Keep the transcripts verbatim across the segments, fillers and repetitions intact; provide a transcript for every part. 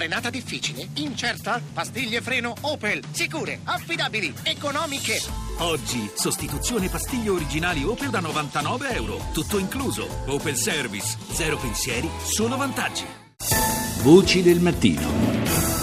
Frenata difficile? Incerta? Pastiglie freno Opel. Sicure, affidabili, economiche. Oggi, sostituzione pastiglie originali Opel da novantanove euro. Tutto incluso. Opel Service. Zero pensieri, solo vantaggi. Voci del mattino.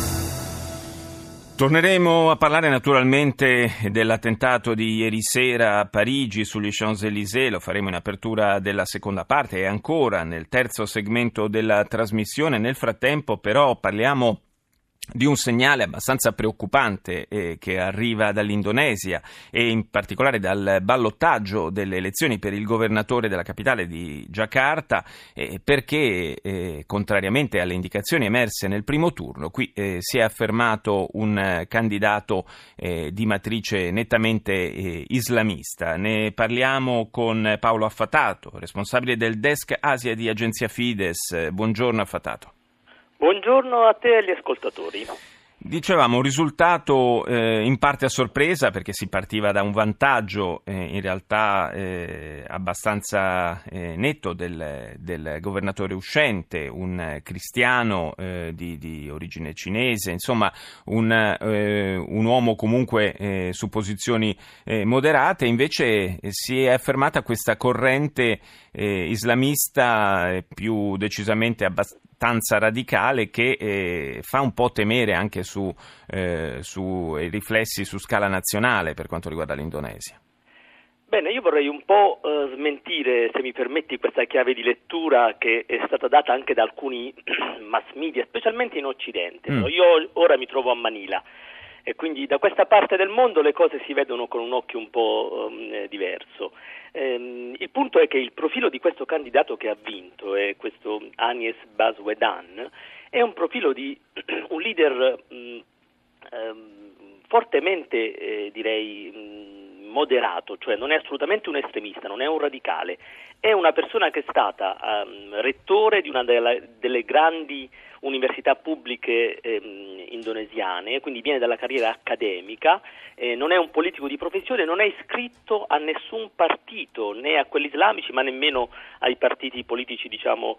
Torneremo a parlare naturalmente dell'attentato di ieri sera a Parigi sugli Champs-Élysées, lo faremo in apertura della seconda parte e ancora nel terzo segmento della trasmissione. Nel frattempo però parliamo di un segnale abbastanza preoccupante eh, che arriva dall'Indonesia e in particolare dal ballottaggio delle elezioni per il governatore della capitale di Giacarta, eh, perché eh, contrariamente alle indicazioni emerse nel primo turno, qui eh, si è affermato un eh, candidato eh, di matrice nettamente eh, islamista. Ne parliamo con Paolo Affatato, responsabile del desk Asia di Agenzia Fides. Buongiorno Affatato. Buongiorno a te e agli ascoltatori. Dicevamo un risultato eh, in parte a sorpresa perché si partiva da un vantaggio eh, in realtà eh, abbastanza eh, netto del, del governatore uscente, un eh, cristiano eh, di, di origine cinese, insomma un, eh, un uomo comunque eh, su posizioni eh, moderate. Invece eh, si è affermata questa corrente eh, islamista eh, più decisamente abbastanza radicale che eh, fa un po' temere anche su, eh, su i riflessi su scala nazionale per quanto riguarda l'Indonesia. Bene, io vorrei un po' eh, smentire, se mi permetti, questa chiave di lettura che è stata data anche da alcuni mass media, specialmente in Occidente. Mm. Io ora mi trovo a Manila e quindi da questa parte del mondo le cose si vedono con un occhio un po' um, diverso. Ehm, il punto è che il profilo di questo candidato che ha vinto, è questo Anies Baswedan, è un profilo di un leader mh, ehm, fortemente eh, direi mh, moderato, cioè non è assolutamente un estremista, non è un radicale, è una persona che è stata um, rettore di una delle, delle grandi università pubbliche ehm, indonesiane, quindi viene dalla carriera accademica, eh, non è un politico di professione, non è iscritto a nessun partito, né a quelli islamici ma nemmeno ai partiti politici diciamo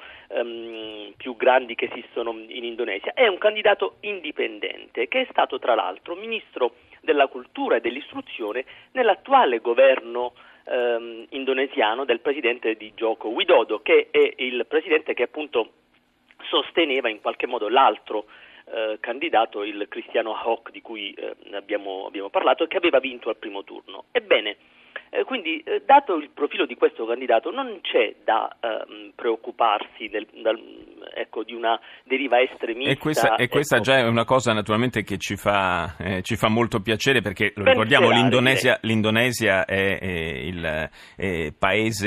ehm, più grandi che esistono in Indonesia. È un candidato indipendente che è stato tra l'altro ministro della cultura e dell'istruzione nell'attuale governo ehm, indonesiano del presidente di Joko Widodo, che è il presidente che appunto sosteneva in qualche modo l'altro eh, candidato, il cristiano Ahok, di cui eh, abbiamo, abbiamo parlato e che aveva vinto al primo turno. Ebbene, eh, quindi eh, dato il profilo di questo candidato non c'è da eh, preoccuparsi del, dal, ecco, di una deriva estremista. E questa, e questa ecco. già è una cosa naturalmente che ci fa, eh, ci fa molto piacere perché lo Ben ricordiamo, sperare, l'Indonesia, l'Indonesia è, è il è paese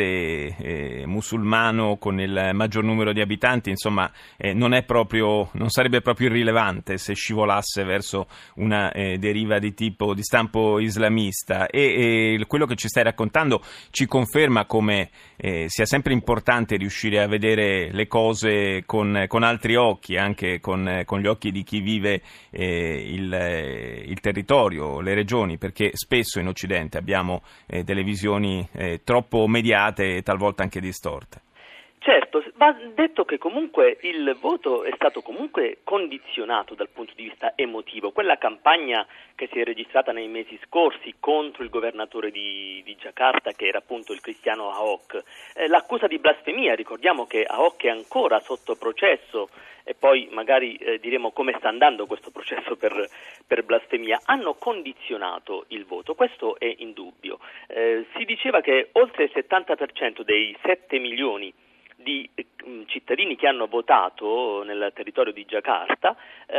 eh, musulmano con il maggior numero di abitanti, insomma eh, non è proprio, non sarebbe proprio irrilevante se scivolasse verso una eh, deriva di tipo di stampo islamista e, e quello che ci stai raccontando ci conferma come eh, sia sempre importante riuscire a vedere le cose con, con altri occhi, anche con, con gli occhi di chi vive eh, il, il territorio, le regioni, perché spesso in Occidente abbiamo eh, delle visioni eh, troppo mediate e talvolta anche distorte. Certo, va detto che comunque il voto è stato comunque condizionato dal punto di vista emotivo. Quella campagna che si è registrata nei mesi scorsi contro il governatore di, di Giacarta, che era appunto il cristiano Ahok, eh, l'accusa di blasfemia, ricordiamo che Ahok è ancora sotto processo e poi magari eh, diremo come sta andando questo processo per, per blasfemia, hanno condizionato il voto, questo è indubbio. Eh, si diceva che oltre il settanta per cento dei sette milioni di cittadini che hanno votato nel territorio di Giacarta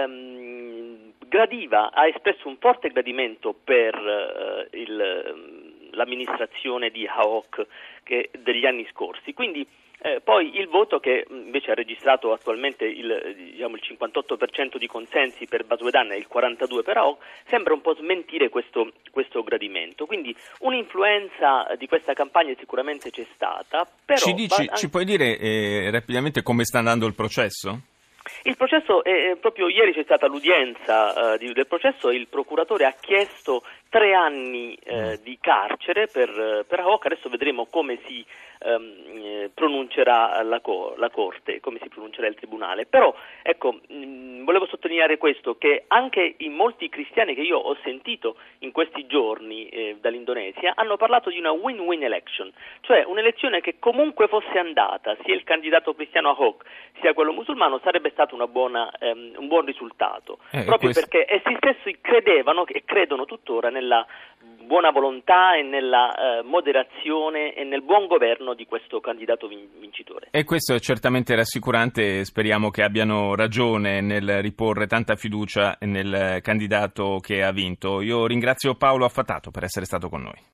ehm, gradiva, ha espresso un forte gradimento per eh, il, l'amministrazione di Ahok che, degli anni scorsi, quindi eh, poi il voto che invece ha registrato attualmente il, diciamo, il cinquantotto per cento di consensi per Baswedan e il quarantadue per cento per Ahok sembra un po' smentire questo, questo gradimento, quindi un'influenza di questa campagna sicuramente c'è stata. Però ci, dici, va... ci puoi dire eh, rapidamente come sta andando il processo? Il processo, è, proprio ieri c'è stata l'udienza uh, di, del processo e il procuratore ha chiesto tre anni uh, di carcere per, per Ahok. Adesso vedremo come si ehm, pronuncerà la, co- la Corte, come si pronuncerà il Tribunale. Però ecco, mh, volevo sottolineare questo, che anche in molti cristiani che io ho sentito in questi giorni eh, dall'Indonesia hanno parlato di una win-win election, cioè un'elezione che comunque fosse andata, sia il candidato cristiano Ahok sia quello musulmano, sarebbe stato una buona, ehm, un buon risultato, eh, proprio questo... perché essi stessi credevano e credono tuttora nella buona volontà e nella eh, moderazione e nel buon governo di questo candidato vin- vincitore. E questo è certamente rassicurante e speriamo che abbiano ragione nel riporre tanta fiducia nel candidato che ha vinto. Io ringrazio Paolo Affatato per essere stato con noi.